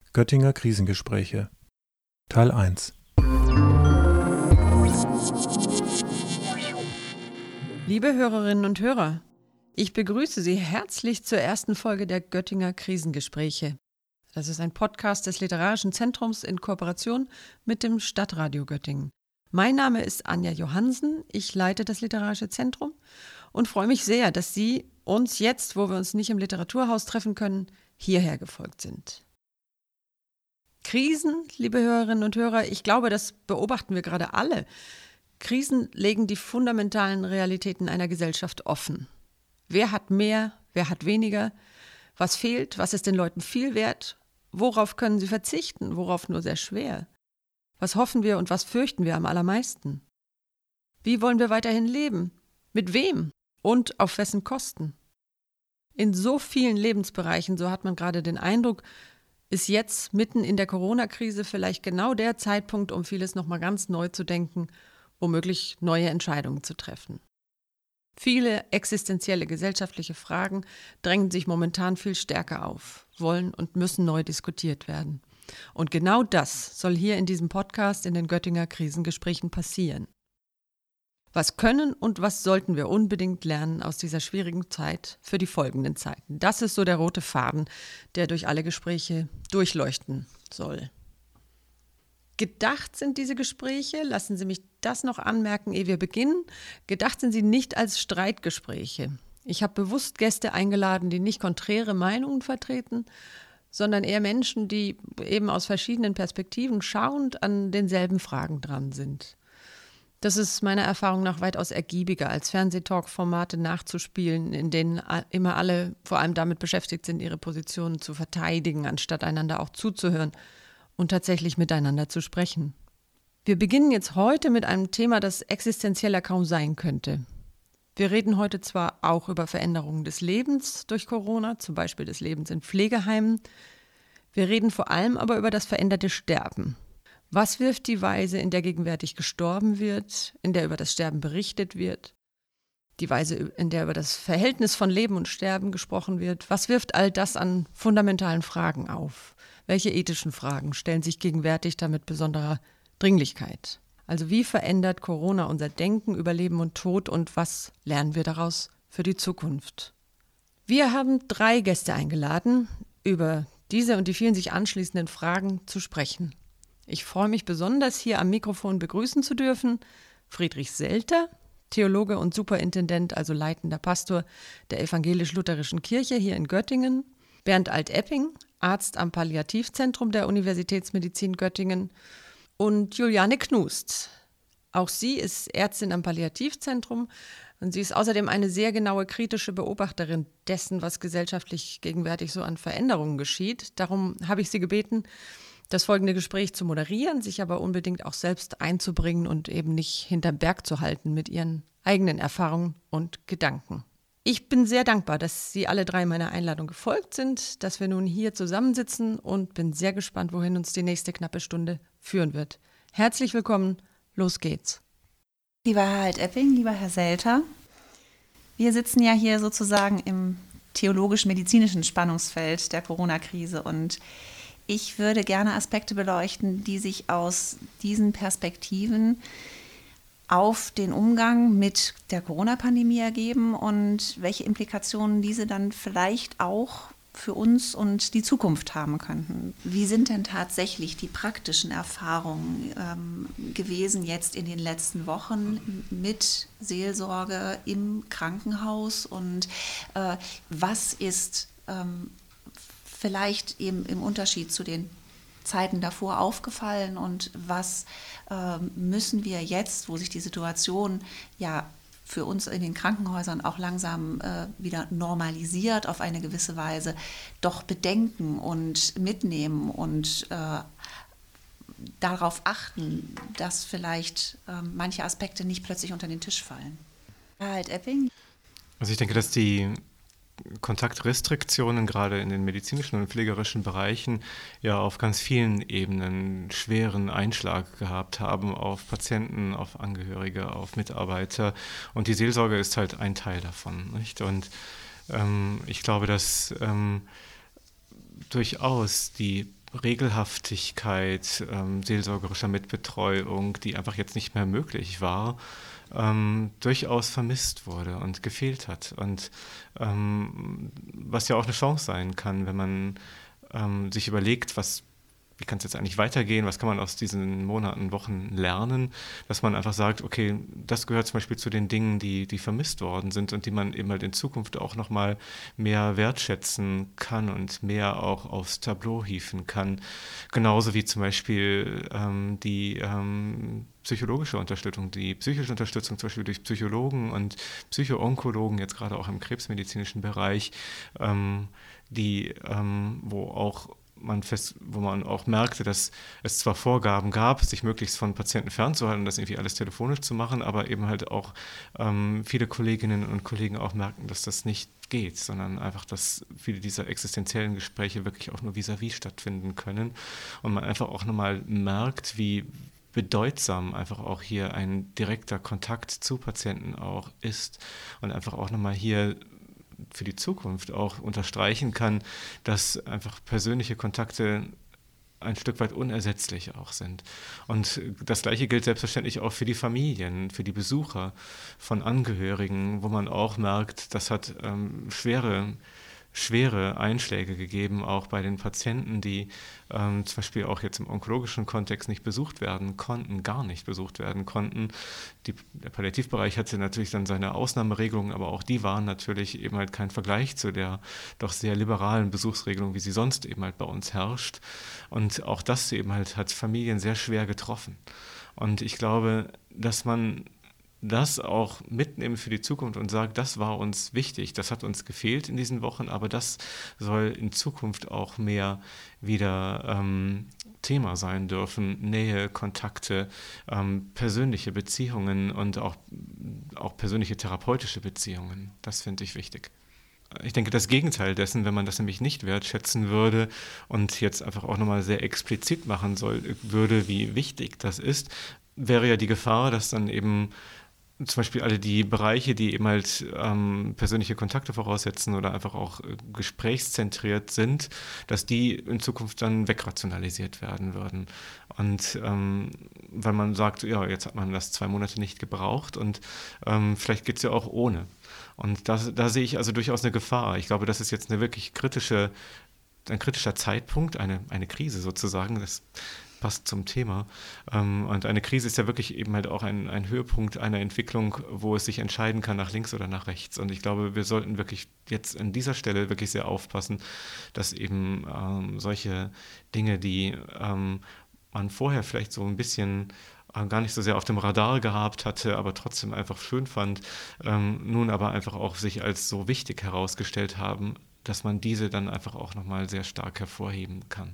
Göttinger Krisengespräche Teil 1. Liebe Hörerinnen und Hörer, ich begrüße Sie herzlich zur ersten Folge der Göttinger Krisengespräche. Das ist ein Podcast des Literarischen Zentrums in Kooperation mit dem Stadtradio Göttingen. Mein Name ist Anja Johansen, ich leite das Literarische Zentrum und freue mich sehr, dass Sie uns jetzt, wo wir uns nicht im Literaturhaus treffen können, hierher gefolgt sind. Krisen, liebe Hörerinnen und Hörer, ich glaube, das beobachten wir gerade alle. Krisen legen die fundamentalen Realitäten einer Gesellschaft offen. Wer hat mehr, wer hat weniger? Was fehlt? Was ist den Leuten viel wert? Worauf können sie verzichten? Worauf nur sehr schwer? Was hoffen wir und was fürchten wir am allermeisten? Wie wollen wir weiterhin leben? Mit wem? Und auf wessen Kosten? In so vielen Lebensbereichen, so hat man gerade den Eindruck, ist jetzt mitten in der Corona-Krise vielleicht genau der Zeitpunkt, um vieles nochmal ganz neu zu denken, womöglich neue Entscheidungen zu treffen. Viele existenzielle gesellschaftliche Fragen drängen sich momentan viel stärker auf, wollen und müssen neu diskutiert werden. Und genau das soll hier in diesem Podcast in den Göttinger Krisengesprächen passieren. Was können und was sollten wir unbedingt lernen aus dieser schwierigen Zeit für die folgenden Zeiten? Das ist so der rote Faden, der durch alle Gespräche durchleuchten soll. Gedacht sind diese Gespräche, lassen Sie mich das noch anmerken, ehe wir beginnen, gedacht sind sie nicht als Streitgespräche. Ich habe bewusst Gäste eingeladen, die nicht konträre Meinungen vertreten, sondern eher Menschen, die eben aus verschiedenen Perspektiven schauend an denselben Fragen dran sind. Das ist meiner Erfahrung nach weitaus ergiebiger, als Fernsehtalk-Formate nachzuspielen, in denen immer alle vor allem damit beschäftigt sind, ihre Positionen zu verteidigen, anstatt einander auch zuzuhören und tatsächlich miteinander zu sprechen. Wir beginnen jetzt heute mit einem Thema, das existenzieller kaum sein könnte. Wir reden heute zwar auch über Veränderungen des Lebens durch Corona, zum Beispiel des Lebens in Pflegeheimen. Wir reden vor allem aber über das veränderte Sterben. Was wirft die Weise, in der gegenwärtig gestorben wird, in der über das Sterben berichtet wird? Die Weise, in der über das Verhältnis von Leben und Sterben gesprochen wird? Was wirft all das an fundamentalen Fragen auf? Welche ethischen Fragen stellen sich gegenwärtig da mit besonderer Dringlichkeit? Also wie verändert Corona unser Denken über Leben und Tod und was lernen wir daraus für die Zukunft? Wir haben 3 Gäste eingeladen, über diese und die vielen sich anschließenden Fragen zu sprechen. Ich freue mich besonders, hier am Mikrofon begrüßen zu dürfen Friedrich Selter, Theologe und Superintendent, also leitender Pastor der Evangelisch-Lutherischen Kirche hier in Göttingen, Bernd Alt-Epping, Arzt am Palliativzentrum der Universitätsmedizin Göttingen und Juliane Knust. Auch sie ist Ärztin am Palliativzentrum und sie ist außerdem eine sehr genaue kritische Beobachterin dessen, was gesellschaftlich gegenwärtig so an Veränderungen geschieht. Darum habe ich sie gebeten, das folgende Gespräch zu moderieren, sich aber unbedingt auch selbst einzubringen und eben nicht hinterm Berg zu halten mit ihren eigenen Erfahrungen und Gedanken. Ich bin sehr dankbar, dass Sie alle 3 meiner Einladung gefolgt sind, dass wir nun hier zusammensitzen und bin sehr gespannt, wohin uns die nächste knappe Stunde führen wird. Herzlich willkommen, los geht's. Lieber Herr Alt-Epping, lieber Herr Selter, wir sitzen ja hier sozusagen im theologisch-medizinischen Spannungsfeld der Corona-Krise und ich würde gerne Aspekte beleuchten, die sich aus diesen Perspektiven auf den Umgang mit der Corona-Pandemie ergeben und welche Implikationen diese dann vielleicht auch für uns und die Zukunft haben könnten. Wie sind denn tatsächlich die praktischen Erfahrungen gewesen jetzt in den letzten Wochen mit Seelsorge im Krankenhaus und was ist vielleicht eben im Unterschied zu den Zeiten davor aufgefallen und was müssen wir jetzt, wo sich die Situation ja für uns in den Krankenhäusern auch langsam wieder normalisiert auf eine gewisse Weise, doch bedenken und mitnehmen und darauf achten, dass vielleicht manche Aspekte nicht plötzlich unter den Tisch fallen. Herr Alt-Epping? Also ich denke, dass die Kontaktrestriktionen gerade in den medizinischen und pflegerischen Bereichen ja auf ganz vielen Ebenen schweren Einschlag gehabt haben auf Patienten, auf Angehörige, auf Mitarbeiter. Und die Seelsorge ist halt ein Teil davon, nicht? Und ich glaube, dass durchaus die Regelhaftigkeit, seelsorgerischer Mitbetreuung, die einfach jetzt nicht mehr möglich war, durchaus vermisst wurde und gefehlt hat. Und was ja auch eine Chance sein kann, wenn man sich überlegt, wie kann es jetzt eigentlich weitergehen, was kann man aus diesen Monaten, Wochen lernen, dass man einfach sagt, okay, das gehört zum Beispiel zu den Dingen, die vermisst worden sind und die man eben halt in Zukunft auch nochmal mehr wertschätzen kann und mehr auch aufs Tableau hieven kann. Genauso wie zum Beispiel die psychologische Unterstützung, die psychische Unterstützung zum Beispiel durch Psychologen und Psychoonkologen, jetzt gerade auch im krebsmedizinischen Bereich, wo man auch merkte, dass es zwar Vorgaben gab, sich möglichst von Patienten fernzuhalten, das irgendwie alles telefonisch zu machen, aber eben halt auch viele Kolleginnen und Kollegen auch merkten, dass das nicht geht, sondern einfach, dass viele dieser existenziellen Gespräche wirklich auch nur vis-à-vis stattfinden können und man einfach auch nochmal merkt, wie bedeutsam einfach auch hier ein direkter Kontakt zu Patienten auch ist und einfach auch nochmal hier für die Zukunft auch unterstreichen kann, dass einfach persönliche Kontakte ein Stück weit unersetzlich auch sind. Und das Gleiche gilt selbstverständlich auch für die Familien, für die Besucher von Angehörigen, wo man auch merkt, das hat schwere Einschläge gegeben, auch bei den Patienten, die zum Beispiel auch jetzt im onkologischen Kontext nicht besucht werden konnten, gar nicht besucht werden konnten. Der Palliativbereich hatte natürlich dann seine Ausnahmeregelungen, aber auch die waren natürlich eben halt kein Vergleich zu der doch sehr liberalen Besuchsregelung, wie sie sonst eben halt bei uns herrscht. Und auch das eben halt hat Familien sehr schwer getroffen. Und ich glaube, dass man das auch mitnehmen für die Zukunft und sagen, das war uns wichtig, das hat uns gefehlt in diesen Wochen, aber das soll in Zukunft auch mehr wieder Thema sein dürfen. Nähe, Kontakte, persönliche Beziehungen und auch persönliche therapeutische Beziehungen. Das finde ich wichtig. Ich denke, das Gegenteil dessen, wenn man das nämlich nicht wertschätzen würde und jetzt einfach auch nochmal sehr explizit machen würde, wie wichtig das ist, wäre ja die Gefahr, dass dann eben zum Beispiel alle die Bereiche, die eben halt persönliche Kontakte voraussetzen oder einfach auch gesprächszentriert sind, dass die in Zukunft dann wegrationalisiert werden würden. Und weil man sagt, ja, jetzt hat man das 2 Monate nicht gebraucht und vielleicht geht es ja auch ohne. Und da sehe ich also durchaus eine Gefahr. Ich glaube, das ist jetzt eine wirklich ein kritischer Zeitpunkt, eine Krise sozusagen, das passt zum Thema. Und eine Krise ist ja wirklich eben halt auch ein Höhepunkt einer Entwicklung, wo es sich entscheiden kann nach links oder nach rechts. Und ich glaube, wir sollten wirklich jetzt an dieser Stelle wirklich sehr aufpassen, dass eben solche Dinge, die man vorher vielleicht so ein bisschen gar nicht so sehr auf dem Radar gehabt hatte, aber trotzdem einfach schön fand, nun aber einfach auch sich als so wichtig herausgestellt haben, dass man diese dann einfach auch nochmal sehr stark hervorheben kann.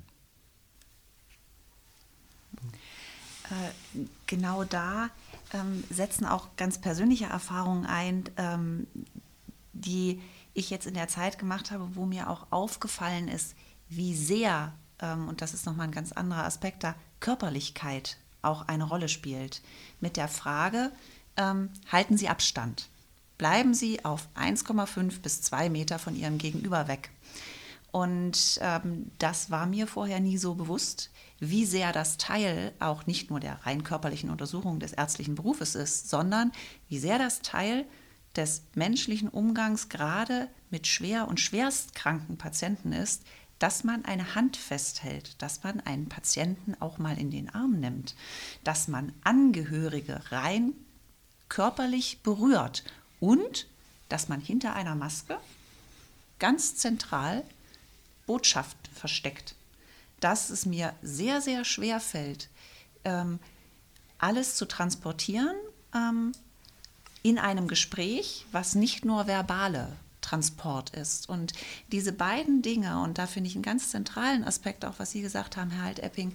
Genau da setzen auch ganz persönliche Erfahrungen ein, die ich jetzt in der Zeit gemacht habe, wo mir auch aufgefallen ist, wie sehr, und das ist nochmal ein ganz anderer Aspekt da, Körperlichkeit auch eine Rolle spielt. Mit der Frage, halten Sie Abstand? Bleiben Sie auf 1,5 bis 2 Meter von Ihrem Gegenüber weg. Und das war mir vorher nie so bewusst, wie sehr das Teil auch nicht nur der rein körperlichen Untersuchung des ärztlichen Berufes ist, sondern wie sehr das Teil des menschlichen Umgangs gerade mit schwer und schwerstkranken Patienten ist, dass man eine Hand festhält, dass man einen Patienten auch mal in den Arm nimmt, dass man Angehörige rein körperlich berührt und dass man hinter einer Maske ganz zentral Botschaften versteckt. Dass es mir sehr, sehr schwer fällt, alles zu transportieren in einem Gespräch, was nicht nur verbale Transport ist. Und diese beiden Dinge, und da finde ich einen ganz zentralen Aspekt, auch was Sie gesagt haben, Herr Halt-Epping,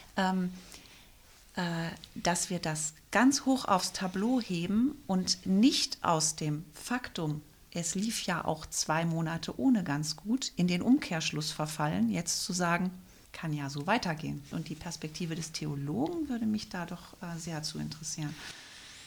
dass wir das ganz hoch aufs Tableau heben und nicht aus dem Faktum, es lief ja auch 2 Monate ohne ganz gut, in den Umkehrschluss verfallen, jetzt zu sagen, kann ja so weitergehen. Und die Perspektive des Theologen würde mich da doch sehr zu interessieren.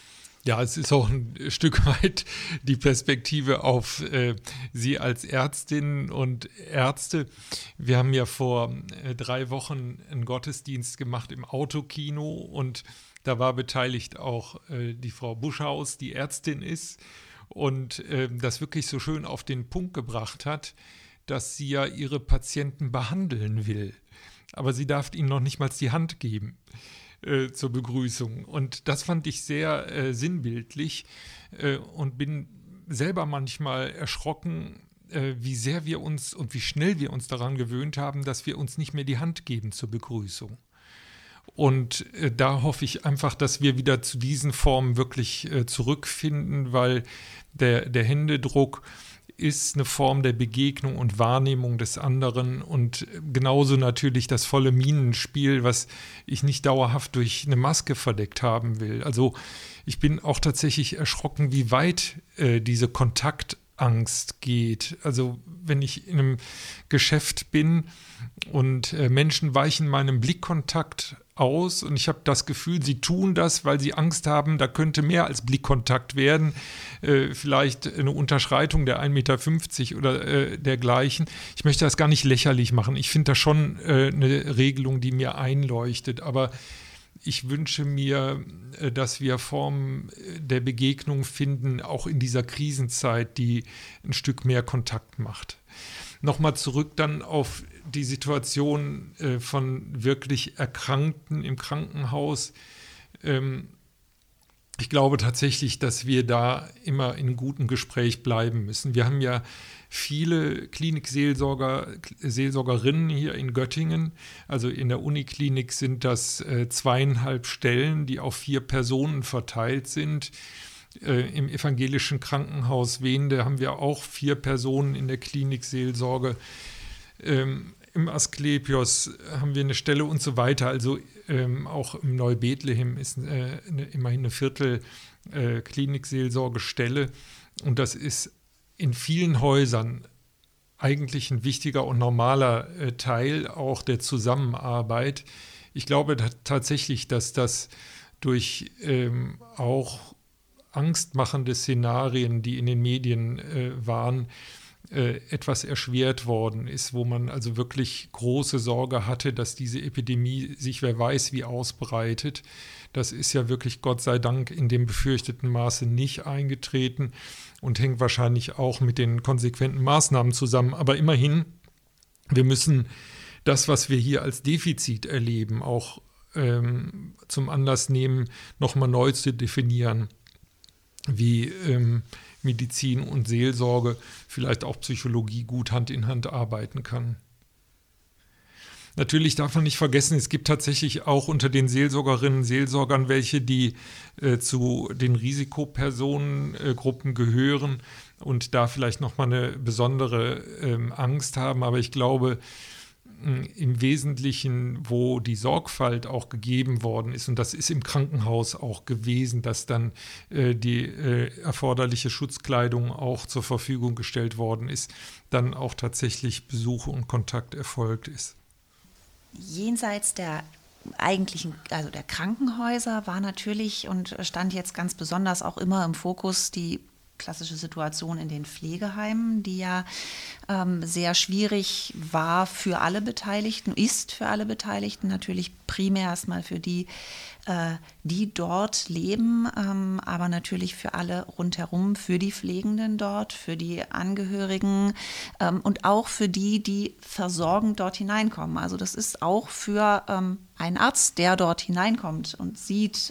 Ja, es ist auch ein Stück weit die Perspektive auf Sie als Ärztinnen und Ärzte. Wir haben ja vor 3 Wochen einen Gottesdienst gemacht im Autokino und da war beteiligt auch die Frau Buschhaus, die Ärztin ist und das wirklich so schön auf den Punkt gebracht hat, dass sie ja ihre Patienten behandeln will. Aber sie darf ihnen noch nicht mal die Hand geben zur Begrüßung. Und das fand ich sehr sinnbildlich und bin selber manchmal erschrocken, wie sehr wir uns und wie schnell wir uns daran gewöhnt haben, dass wir uns nicht mehr die Hand geben zur Begrüßung. Und da hoffe ich einfach, dass wir wieder zu diesen Formen wirklich zurückfinden, weil der Händedruck ist eine Form der Begegnung und Wahrnehmung des anderen und genauso natürlich das volle Minenspiel, was ich nicht dauerhaft durch eine Maske verdeckt haben will. Also ich bin auch tatsächlich erschrocken, wie weit diese Kontaktangst geht. Also wenn ich in einem Geschäft bin und Menschen weichen meinem Blickkontakt aus und ich habe das Gefühl, sie tun das, weil sie Angst haben, da könnte mehr als Blickkontakt werden, vielleicht eine Unterschreitung der 1,50 Meter oder dergleichen. Ich möchte das gar nicht lächerlich machen. Ich finde das schon eine Regelung, die mir einleuchtet, aber ich wünsche mir, dass wir Formen der Begegnung finden, auch in dieser Krisenzeit, die ein Stück mehr Kontakt macht. Nochmal zurück dann auf die Situation von wirklich Erkrankten im Krankenhaus. Ich glaube tatsächlich, dass wir da immer in einem guten Gespräch bleiben müssen. Wir haben ja viele Klinikseelsorgerinnen hier in Göttingen. Also in der Uniklinik sind das 2,5 Stellen, die auf 4 Personen verteilt sind. Im evangelischen Krankenhaus Wende haben wir auch 4 Personen in der Klinikseelsorge. Im Asklepios haben wir eine Stelle und so weiter. Also auch im Neubethlehem ist immerhin eine Viertel Klinikseelsorgestelle. Und das ist in vielen Häusern eigentlich ein wichtiger und normaler Teil auch der Zusammenarbeit. Ich glaube tatsächlich, dass das durch auch angstmachende Szenarien, die in den Medien waren, etwas erschwert worden ist, wo man also wirklich große Sorge hatte, dass diese Epidemie sich wer weiß wie ausbreitet. Das ist ja wirklich Gott sei Dank in dem befürchteten Maße nicht eingetreten und hängt wahrscheinlich auch mit den konsequenten Maßnahmen zusammen. Aber immerhin, wir müssen das, was wir hier als Defizit erleben, auch zum Anlass nehmen, nochmal neu zu definieren, wie Medizin und Seelsorge, vielleicht auch Psychologie gut Hand in Hand arbeiten kann. Natürlich darf man nicht vergessen, es gibt tatsächlich auch unter den Seelsorgerinnen und Seelsorgern welche, die zu den Risikopersonengruppen gehören und da vielleicht nochmal eine besondere Angst haben. Aber ich glaube, im Wesentlichen, wo die Sorgfalt auch gegeben worden ist, und das ist im Krankenhaus auch gewesen, dass dann die erforderliche Schutzkleidung auch zur Verfügung gestellt worden ist, dann auch tatsächlich Besuch und Kontakt erfolgt ist. Jenseits der eigentlichen, also der Krankenhäuser, war natürlich und stand jetzt ganz besonders auch immer im Fokus die klassische Situation in den Pflegeheimen, die ja sehr schwierig war für alle Beteiligten, ist für alle Beteiligten, natürlich primär erstmal für die, die dort leben, aber natürlich für alle rundherum, für die Pflegenden dort, für die Angehörigen und auch für die, die versorgend dort hineinkommen. Also das ist auch für einen Arzt, der dort hineinkommt und sieht,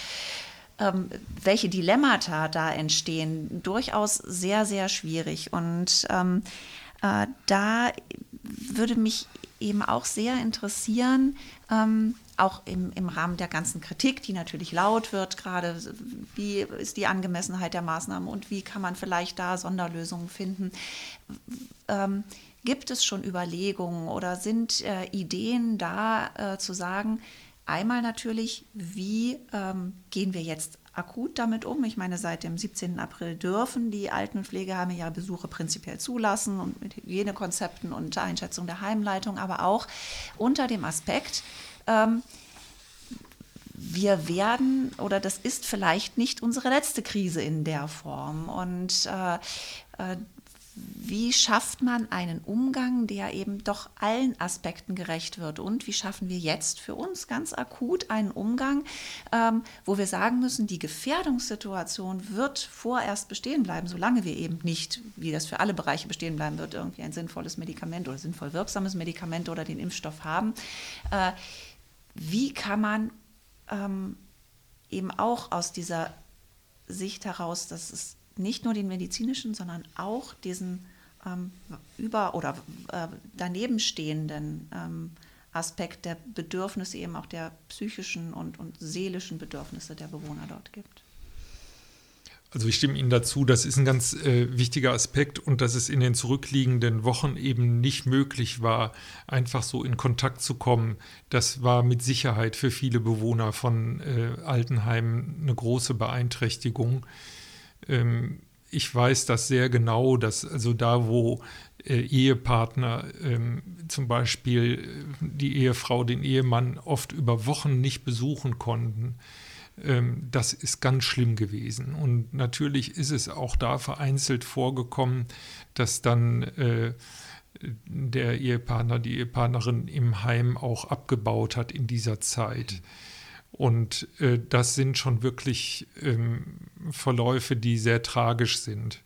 welche Dilemmata da entstehen, durchaus sehr, sehr schwierig. Und da würde mich eben auch sehr interessieren, auch im Rahmen der ganzen Kritik, die natürlich laut wird, gerade wie ist die Angemessenheit der Maßnahmen und wie kann man vielleicht da Sonderlösungen finden. Gibt es schon Überlegungen oder sind Ideen da zu sagen, einmal natürlich, wie gehen wir jetzt akut damit um? Ich meine, seit dem 17. April dürfen die Alten- und Pflegeheime ja Besuche prinzipiell zulassen und mit Hygienekonzepten und Einschätzung der Heimleitung, aber auch unter dem Aspekt, wir werden, oder das ist vielleicht nicht unsere letzte Krise in der Form. Und wie schafft man einen Umgang, der eben doch allen Aspekten gerecht wird? Und wie schaffen wir jetzt für uns ganz akut einen Umgang, wo wir sagen müssen, die Gefährdungssituation wird vorerst bestehen bleiben, solange wir eben nicht, wie das für alle Bereiche bestehen bleiben wird, irgendwie ein sinnvolles Medikament oder sinnvoll wirksames Medikament oder den Impfstoff haben. Wie kann man eben auch aus dieser Sicht heraus, dass es nicht nur den medizinischen, sondern auch diesen daneben stehenden Aspekt der Bedürfnisse, eben auch der psychischen und seelischen Bedürfnisse der Bewohner dort gibt. Also ich stimme Ihnen dazu, das ist ein ganz wichtiger Aspekt und dass es in den zurückliegenden Wochen eben nicht möglich war, einfach so in Kontakt zu kommen. Das war mit Sicherheit für viele Bewohner von Altenheimen eine große Beeinträchtigung. Ich weiß das sehr genau, dass also da, wo Ehepartner zum Beispiel die Ehefrau den Ehemann oft über Wochen nicht besuchen konnten, das ist ganz schlimm gewesen. Und natürlich ist es auch da vereinzelt vorgekommen, dass dann der Ehepartner, die Ehepartnerin im Heim auch abgebaut hat in dieser Zeit. Und das sind schon wirklich Verläufe, die sehr tragisch sind.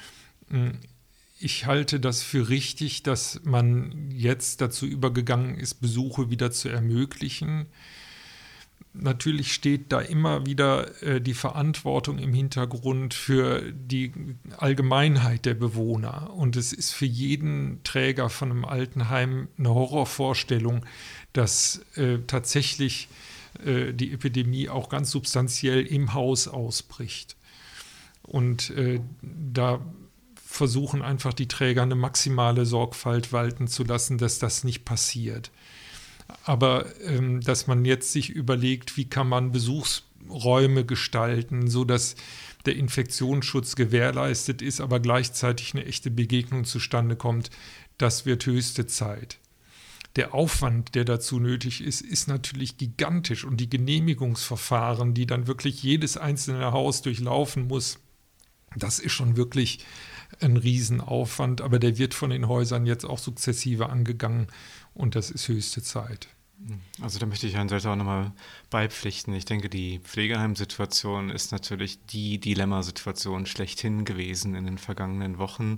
Ich halte das für richtig, dass man jetzt dazu übergegangen ist, Besuche wieder zu ermöglichen. Natürlich steht da immer wieder die Verantwortung im Hintergrund für die Allgemeinheit der Bewohner. Und es ist für jeden Träger von einem Altenheim eine Horrorvorstellung, dass tatsächlich die Epidemie auch ganz substanziell im Haus ausbricht. Und da versuchen einfach die Träger eine maximale Sorgfalt walten zu lassen, dass das nicht passiert. Aber dass man jetzt sich überlegt, wie kann man Besuchsräume gestalten, sodass der Infektionsschutz gewährleistet ist, aber gleichzeitig eine echte Begegnung zustande kommt, das wird höchste Zeit. Der Aufwand, der dazu nötig ist, ist natürlich gigantisch und die Genehmigungsverfahren, die dann wirklich jedes einzelne Haus durchlaufen muss, das ist schon wirklich ein Riesenaufwand, aber der wird von den Häusern jetzt auch sukzessive angegangen und das ist höchste Zeit. Also da möchte ich Herrn Selter auch nochmal beipflichten. Ich denke, die Pflegeheimsituation ist natürlich die Dilemmasituation schlechthin gewesen in den vergangenen Wochen.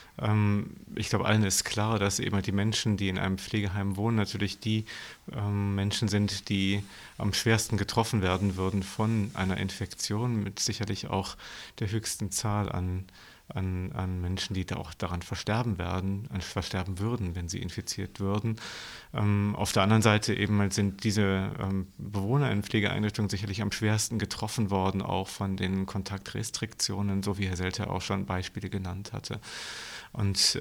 Ich glaube, allen ist klar, dass eben die Menschen, die in einem Pflegeheim wohnen, natürlich die Menschen sind, die am schwersten getroffen werden würden von einer Infektion, mit sicherlich auch der höchsten Zahl an Menschen, die da auch daran versterben würden, wenn sie infiziert würden. Auf der anderen Seite eben sind diese Bewohner in Pflegeeinrichtungen sicherlich am schwersten getroffen worden, auch von den Kontaktrestriktionen, so wie Herr Selter auch schon Beispiele genannt hatte. Und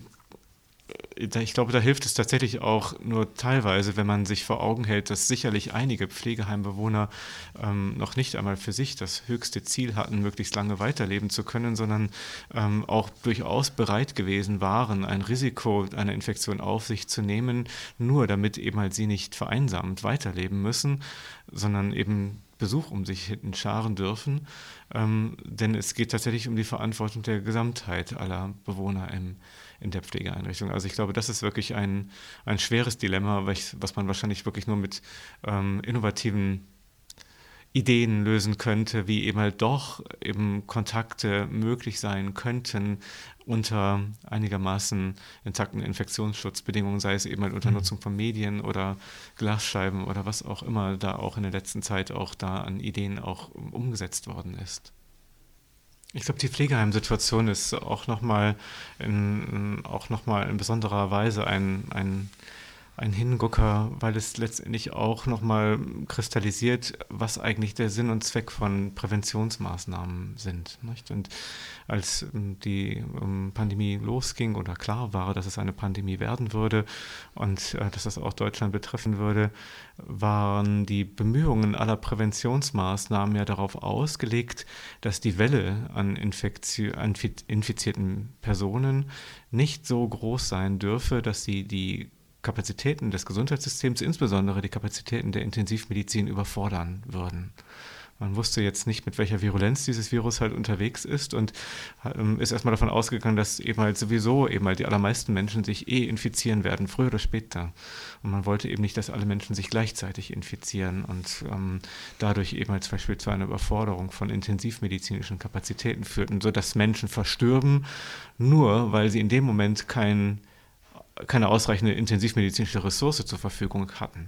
ich glaube, da hilft es tatsächlich auch nur teilweise, wenn man sich vor Augen hält, dass sicherlich einige Pflegeheimbewohner noch nicht einmal für sich das höchste Ziel hatten, möglichst lange weiterleben zu können, sondern auch durchaus bereit gewesen waren, ein Risiko einer Infektion auf sich zu nehmen, nur damit eben halt sie nicht vereinsamt weiterleben müssen, sondern eben Besuch um sich hinten scharen dürfen. Denn es geht tatsächlich um die Verantwortung der Gesamtheit aller Bewohner in der Pflegeeinrichtung. Also ich glaube, das ist wirklich ein schweres Dilemma, was man wahrscheinlich wirklich nur mit innovativen Ideen lösen könnte, wie eben halt doch eben Kontakte möglich sein könnten unter einigermaßen intakten Infektionsschutzbedingungen, sei es eben halt unter Nutzung von Medien oder Glasscheiben oder was auch immer da auch in der letzten Zeit auch da an Ideen auch umgesetzt worden ist. Ich glaube, die Pflegeheimsituation ist auch nochmal in besonderer Weise ein Hingucker, weil es letztendlich auch nochmal kristallisiert, was eigentlich der Sinn und Zweck von Präventionsmaßnahmen sind. Nicht? Und als die Pandemie losging oder klar war, dass es eine Pandemie werden würde und dass das auch Deutschland betreffen würde, waren die Bemühungen aller Präventionsmaßnahmen ja darauf ausgelegt, dass die Welle an infizierten Personen nicht so groß sein dürfe, dass sie die Kapazitäten des Gesundheitssystems, insbesondere die Kapazitäten der Intensivmedizin, überfordern würden. Man wusste jetzt nicht, mit welcher Virulenz dieses Virus halt unterwegs ist und ist erstmal davon ausgegangen, dass eben halt sowieso eben halt die allermeisten Menschen sich infizieren werden, früher oder später. Und man wollte eben nicht, dass alle Menschen sich gleichzeitig infizieren und dadurch eben halt zum Beispiel zu einer Überforderung von intensivmedizinischen Kapazitäten führten, sodass Menschen verstürben, nur weil sie in dem Moment keine ausreichende intensivmedizinische Ressource zur Verfügung hatten.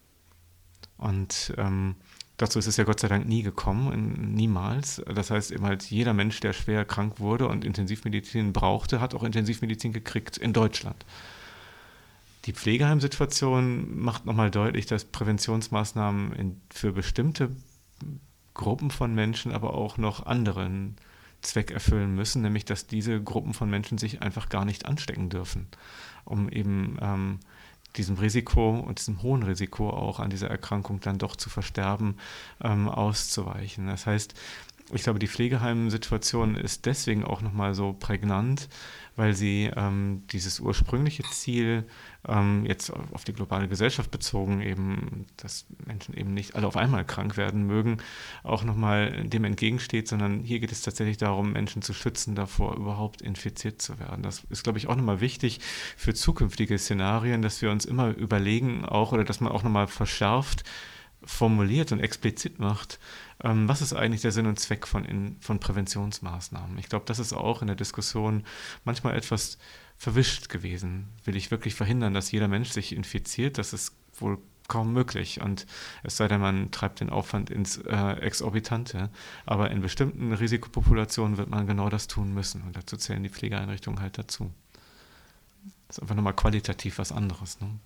Und dazu ist es ja Gott sei Dank nie gekommen, niemals. Das heißt eben halt, jeder Mensch, der schwer krank wurde und Intensivmedizin brauchte, hat auch Intensivmedizin gekriegt in Deutschland. Die Pflegeheimsituation macht nochmal deutlich, dass Präventionsmaßnahmen für bestimmte Gruppen von Menschen aber auch noch anderen Zweck erfüllen müssen, nämlich dass diese Gruppen von Menschen sich einfach gar nicht anstecken dürfen, um eben diesem Risiko und diesem hohen Risiko auch an dieser Erkrankung dann doch zu versterben, auszuweichen. Das heißt, ich glaube, die Pflegeheimsituation ist deswegen auch nochmal so prägnant, weil sie dieses ursprüngliche Ziel, jetzt auf die globale Gesellschaft bezogen, eben, dass Menschen eben nicht alle auf einmal krank werden mögen, auch nochmal dem entgegensteht, sondern hier geht es tatsächlich darum, Menschen zu schützen, davor überhaupt infiziert zu werden. Das ist, glaube ich, auch nochmal wichtig für zukünftige Szenarien, dass wir uns immer überlegen, auch oder dass man auch nochmal verschärft formuliert und explizit macht, was ist eigentlich der Sinn und Zweck von Präventionsmaßnahmen. Ich glaube, das ist auch in der Diskussion manchmal etwas verwischt gewesen. Will ich wirklich verhindern, dass jeder Mensch sich infiziert? Das ist wohl kaum möglich. Und es sei denn, man treibt den Aufwand ins Exorbitante. Aber in bestimmten Risikopopulationen wird man genau das tun müssen. Und dazu zählen die Pflegeeinrichtungen halt dazu. Das ist einfach nochmal qualitativ was anderes, ne?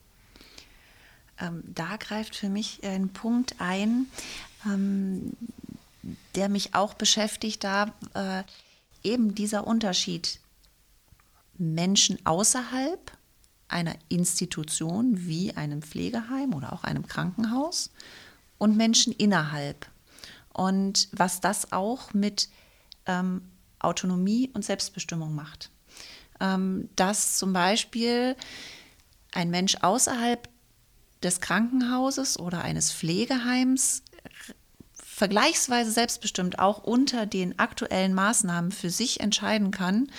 Da greift für mich ein Punkt ein, der mich auch beschäftigt, da eben dieser Unterschied Menschen außerhalb einer Institution wie einem Pflegeheim oder auch einem Krankenhaus und Menschen innerhalb. Und was das auch mit Autonomie und Selbstbestimmung macht. Dass zum Beispiel ein Mensch außerhalb des Krankenhauses oder eines Pflegeheims vergleichsweise selbstbestimmt auch unter den aktuellen Maßnahmen für sich entscheiden kann,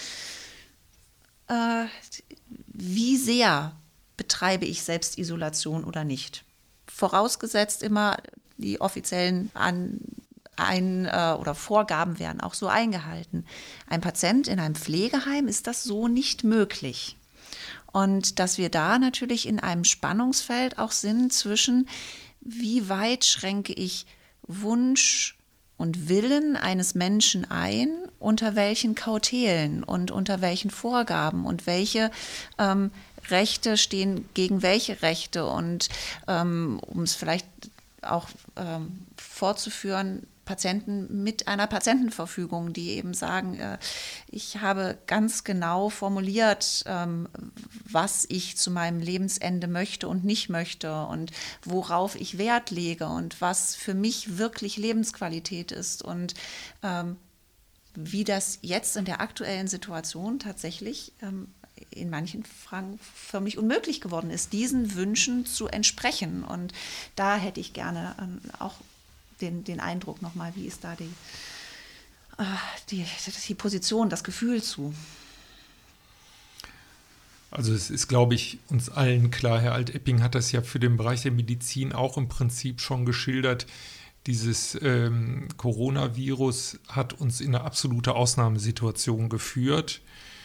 wie sehr betreibe ich Selbstisolation oder nicht. Vorausgesetzt immer, die offiziellen oder Vorgaben werden auch so eingehalten. Ein Patient in einem Pflegeheim ist das so nicht möglich. Und dass wir da natürlich in einem Spannungsfeld auch sind zwischen, wie weit schränke ich Wunsch und Willen eines Menschen ein, unter welchen Kautelen und unter welchen Vorgaben und welche Rechte stehen gegen welche Rechte. Und um es vielleicht auch fortzuführen, Patienten mit einer Patientenverfügung, die eben sagen, ich habe ganz genau formuliert, was ich zu meinem Lebensende möchte und nicht möchte und worauf ich Wert lege und was für mich wirklich Lebensqualität ist und wie das jetzt in der aktuellen Situation tatsächlich in manchen Fragen förmlich unmöglich geworden ist, diesen Wünschen zu entsprechen. Und da hätte ich gerne auch den Eindruck nochmal, wie ist da die Position, das Gefühl zu? Also es ist, glaube ich, uns allen klar, Herr Alt-Epping hat das ja für den Bereich der Medizin auch im Prinzip schon geschildert. Dieses Coronavirus hat uns in eine absolute Ausnahmesituation geführt.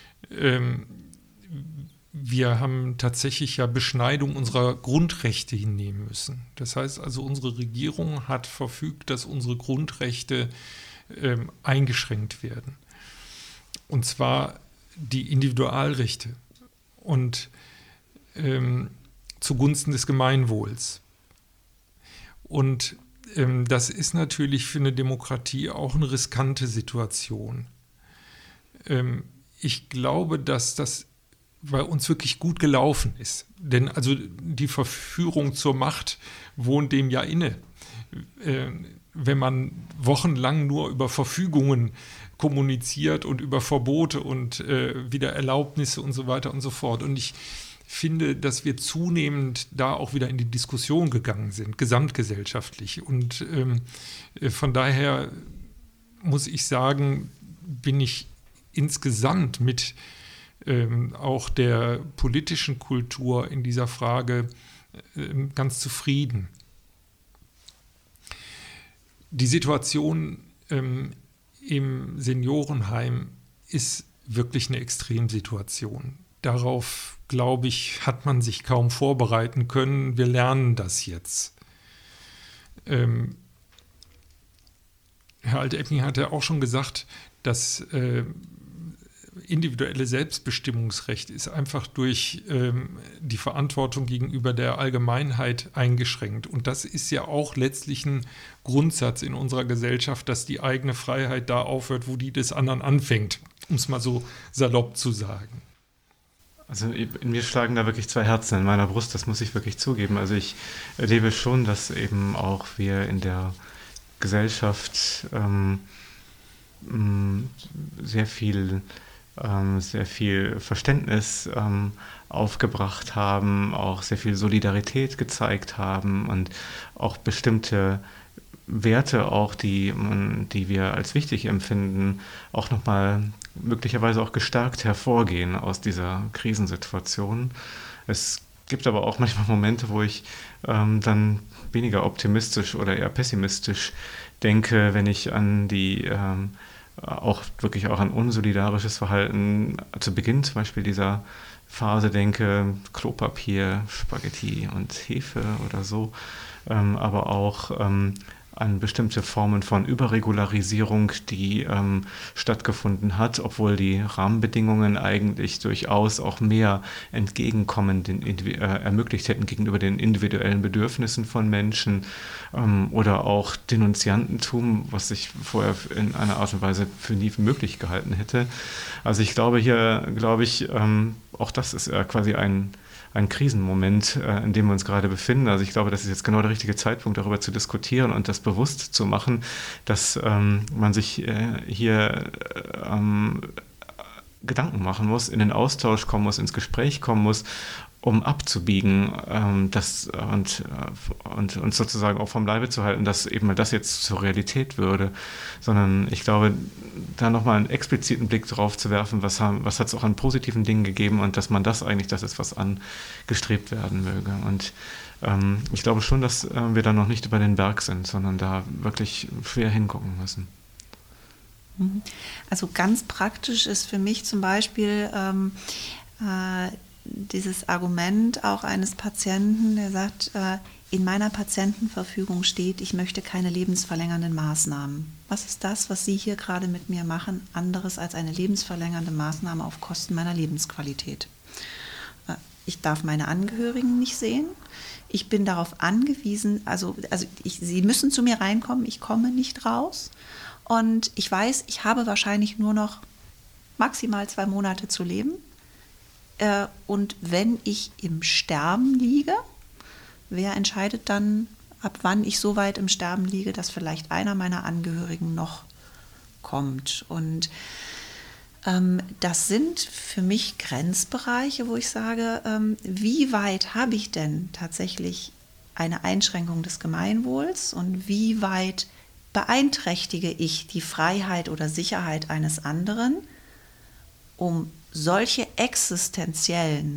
Wir haben tatsächlich ja Beschneidung unserer Grundrechte hinnehmen müssen. Das heißt also, unsere Regierung hat verfügt, dass unsere Grundrechte eingeschränkt werden. Und zwar die Individualrechte und zugunsten des Gemeinwohls. Und das ist natürlich für eine Demokratie auch eine riskante Situation. Ich glaube, dass das bei uns wirklich gut gelaufen ist. Denn also die Verführung zur Macht wohnt dem ja inne. Wenn man wochenlang nur über Verfügungen kommuniziert und über Verbote und wieder Erlaubnisse und so weiter und so fort. Und ich finde, dass wir zunehmend da auch wieder in die Diskussion gegangen sind, gesamtgesellschaftlich. Und von daher muss ich sagen, bin ich insgesamt mit auch der politischen Kultur in dieser Frage ganz zufrieden. Die Situation im Seniorenheim ist wirklich eine Extremsituation. Darauf, glaube ich, hat man sich kaum vorbereiten können. Wir lernen das jetzt. Herr Alt-Epping hat ja auch schon gesagt, das individuelle Selbstbestimmungsrecht ist einfach durch die Verantwortung gegenüber der Allgemeinheit eingeschränkt. Und das ist ja auch letztlich ein Grundsatz in unserer Gesellschaft, dass die eigene Freiheit da aufhört, wo die des anderen anfängt, um es mal so salopp zu sagen. Also in mir schlagen da wirklich zwei Herzen in meiner Brust, das muss ich wirklich zugeben. Also ich erlebe schon, dass eben auch wir in der Gesellschaft sehr viel Verständnis aufgebracht haben, auch sehr viel Solidarität gezeigt haben und auch bestimmte Werte, auch die wir als wichtig empfinden, auch nochmal möglicherweise auch gestärkt hervorgehen aus dieser Krisensituation. Es gibt aber auch manchmal Momente, wo ich dann weniger optimistisch oder eher pessimistisch denke, wenn ich an die auch wirklich auch an unsolidarisches Verhalten zu Beginn zum Beispiel dieser Phase denke, Klopapier, Spaghetti und Hefe oder so, aber auch an bestimmte Formen von Überregularisierung, die stattgefunden hat, obwohl die Rahmenbedingungen eigentlich durchaus auch mehr Entgegenkommen ermöglicht hätten gegenüber den individuellen Bedürfnissen von Menschen, oder auch Denunziantentum, was ich vorher in einer Art und Weise für nie möglich gehalten hätte. Also ich glaube auch das ist quasi ein Krisenmoment, in dem wir uns gerade befinden. Also ich glaube, das ist jetzt genau der richtige Zeitpunkt, darüber zu diskutieren und das bewusst zu machen, dass man sich hier Gedanken machen muss, in den Austausch kommen muss, ins Gespräch kommen muss, um abzubiegen und sozusagen auch vom Leibe zu halten, dass eben das jetzt zur Realität würde. Sondern ich glaube, da nochmal einen expliziten Blick drauf zu werfen, was hat es auch an positiven Dingen gegeben und dass man das ist, was angestrebt werden möge. Und ich glaube schon, dass wir da noch nicht über den Berg sind, sondern da wirklich schwer hingucken müssen. Also ganz praktisch ist für mich zum Beispiel dieses Argument auch eines Patienten, der sagt, in meiner Patientenverfügung steht, ich möchte keine lebensverlängernden Maßnahmen. Was ist das, was Sie hier gerade mit mir machen, anderes als eine lebensverlängernde Maßnahme auf Kosten meiner Lebensqualität? Ich darf meine Angehörigen nicht sehen. Ich bin darauf angewiesen, Sie müssen zu mir reinkommen, ich komme nicht raus. Und ich weiß, ich habe wahrscheinlich nur noch maximal 2 Monate zu leben. Und wenn ich im Sterben liege, wer entscheidet dann, ab wann ich so weit im Sterben liege, dass vielleicht einer meiner Angehörigen noch kommt? Und das sind für mich Grenzbereiche, wo ich sage, wie weit habe ich denn tatsächlich eine Einschränkung des Gemeinwohls und wie weit beeinträchtige ich die Freiheit oder Sicherheit eines anderen, um solche existenziellen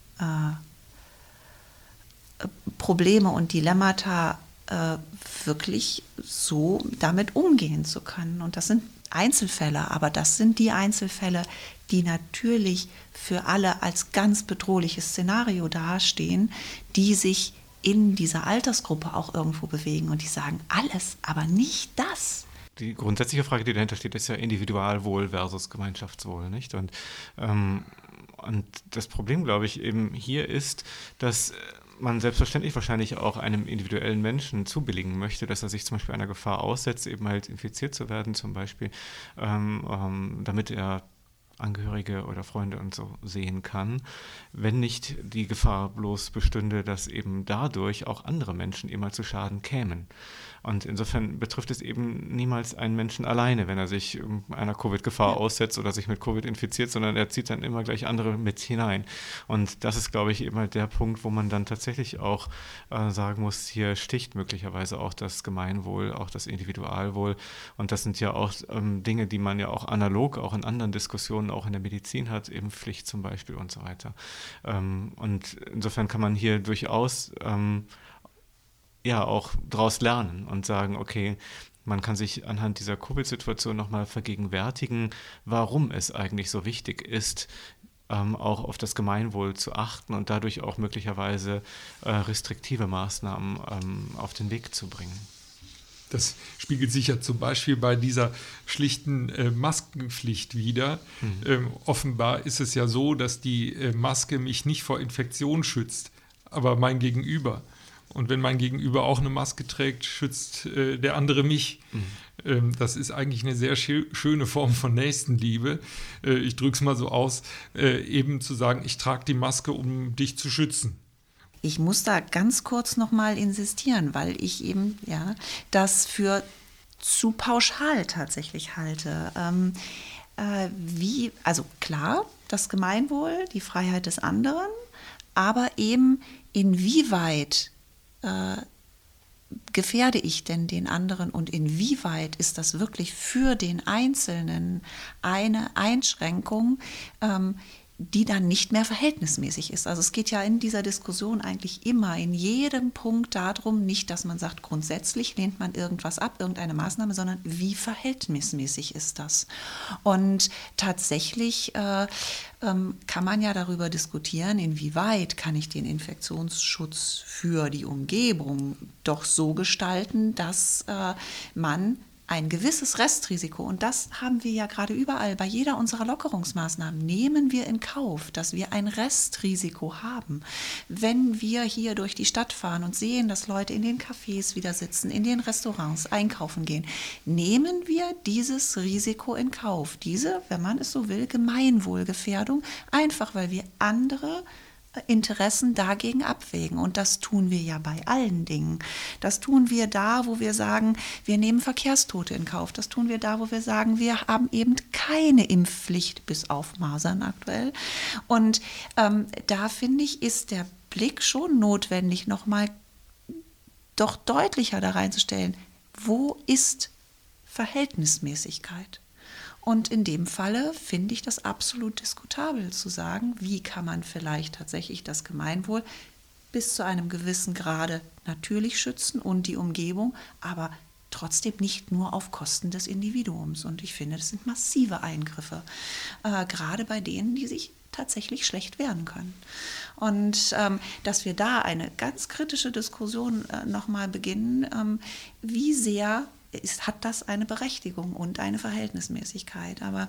Probleme und Dilemmata wirklich so damit umgehen zu können. Und das sind Einzelfälle, aber das sind die Einzelfälle, die natürlich für alle als ganz bedrohliches Szenario dastehen, die sich in dieser Altersgruppe auch irgendwo bewegen und die sagen, alles, aber nicht das. Die grundsätzliche Frage, die dahinter steht, ist ja Individualwohl versus Gemeinschaftswohl, nicht? Und das Problem, glaube ich, eben hier ist, dass man selbstverständlich wahrscheinlich auch einem individuellen Menschen zubilligen möchte, dass er sich zum Beispiel einer Gefahr aussetzt, eben halt infiziert zu werden zum Beispiel, damit er Angehörige oder Freunde und so sehen kann, wenn nicht die Gefahr bloß bestünde, dass eben dadurch auch andere Menschen immer zu Schaden kämen. Und insofern betrifft es eben niemals einen Menschen alleine, wenn er sich einer Covid-Gefahr aussetzt oder sich mit Covid infiziert, sondern er zieht dann immer gleich andere mit hinein. Und das ist, glaube ich, immer der Punkt, wo man dann tatsächlich auch sagen muss, hier sticht möglicherweise auch das Gemeinwohl, auch das Individualwohl. Und das sind ja auch Dinge, die man ja auch analog, auch in anderen Diskussionen, auch in der Medizin hat, eben Pflicht zum Beispiel und so weiter. Und insofern kann man hier durchaus auch daraus lernen und sagen, okay, man kann sich anhand dieser Covid-Situation nochmal vergegenwärtigen, warum es eigentlich so wichtig ist, auch auf das Gemeinwohl zu achten und dadurch auch möglicherweise restriktive Maßnahmen auf den Weg zu bringen. Das spiegelt sich ja zum Beispiel bei dieser schlichten Maskenpflicht wider. Offenbar ist es ja so, dass die Maske mich nicht vor Infektion schützt, aber mein Gegenüber. Und wenn mein Gegenüber auch eine Maske trägt, schützt der andere mich. Das ist eigentlich eine sehr schöne Form von Nächstenliebe. Ich drücke es mal so aus, eben zu sagen, ich trage die Maske, um dich zu schützen. Ich muss da ganz kurz nochmal insistieren, weil ich eben das für zu pauschal tatsächlich halte. Also klar, das Gemeinwohl, die Freiheit des anderen, aber eben inwieweit gefährde ich denn den anderen und inwieweit ist das wirklich für den Einzelnen eine Einschränkung, die dann nicht mehr verhältnismäßig ist. Also es geht ja in dieser Diskussion eigentlich immer in jedem Punkt darum, nicht, dass man sagt, grundsätzlich lehnt man irgendwas ab, irgendeine Maßnahme, sondern wie verhältnismäßig ist das? Und tatsächlich kann man ja darüber diskutieren, inwieweit kann ich den Infektionsschutz für die Umgebung doch so gestalten, dass man ein gewisses Restrisiko, und das haben wir ja gerade überall, bei jeder unserer Lockerungsmaßnahmen, nehmen wir in Kauf, dass wir ein Restrisiko haben. Wenn wir hier durch die Stadt fahren und sehen, dass Leute in den Cafés wieder sitzen, in den Restaurants einkaufen gehen, nehmen wir dieses Risiko in Kauf. Diese, wenn man es so will, Gemeinwohlgefährdung, einfach weil wir andere Interessen dagegen abwägen. Und das tun wir ja bei allen Dingen. Das tun wir da, wo wir sagen, wir nehmen Verkehrstote in Kauf. Das tun wir da, wo wir sagen, wir haben eben keine Impfpflicht, bis auf Masern aktuell. Und da finde ich, ist der Blick schon notwendig, nochmal doch deutlicher da reinzustellen, wo ist Verhältnismäßigkeit? Und in dem Falle finde ich das absolut diskutabel zu sagen, wie kann man vielleicht tatsächlich das Gemeinwohl bis zu einem gewissen Grade natürlich schützen und die Umgebung, aber trotzdem nicht nur auf Kosten des Individuums. Und ich finde, das sind massive Eingriffe, gerade bei denen, die sich tatsächlich schlecht wehren können. Und dass wir da eine ganz kritische Diskussion nochmal beginnen, wie sehr hat das eine Berechtigung und eine Verhältnismäßigkeit. Aber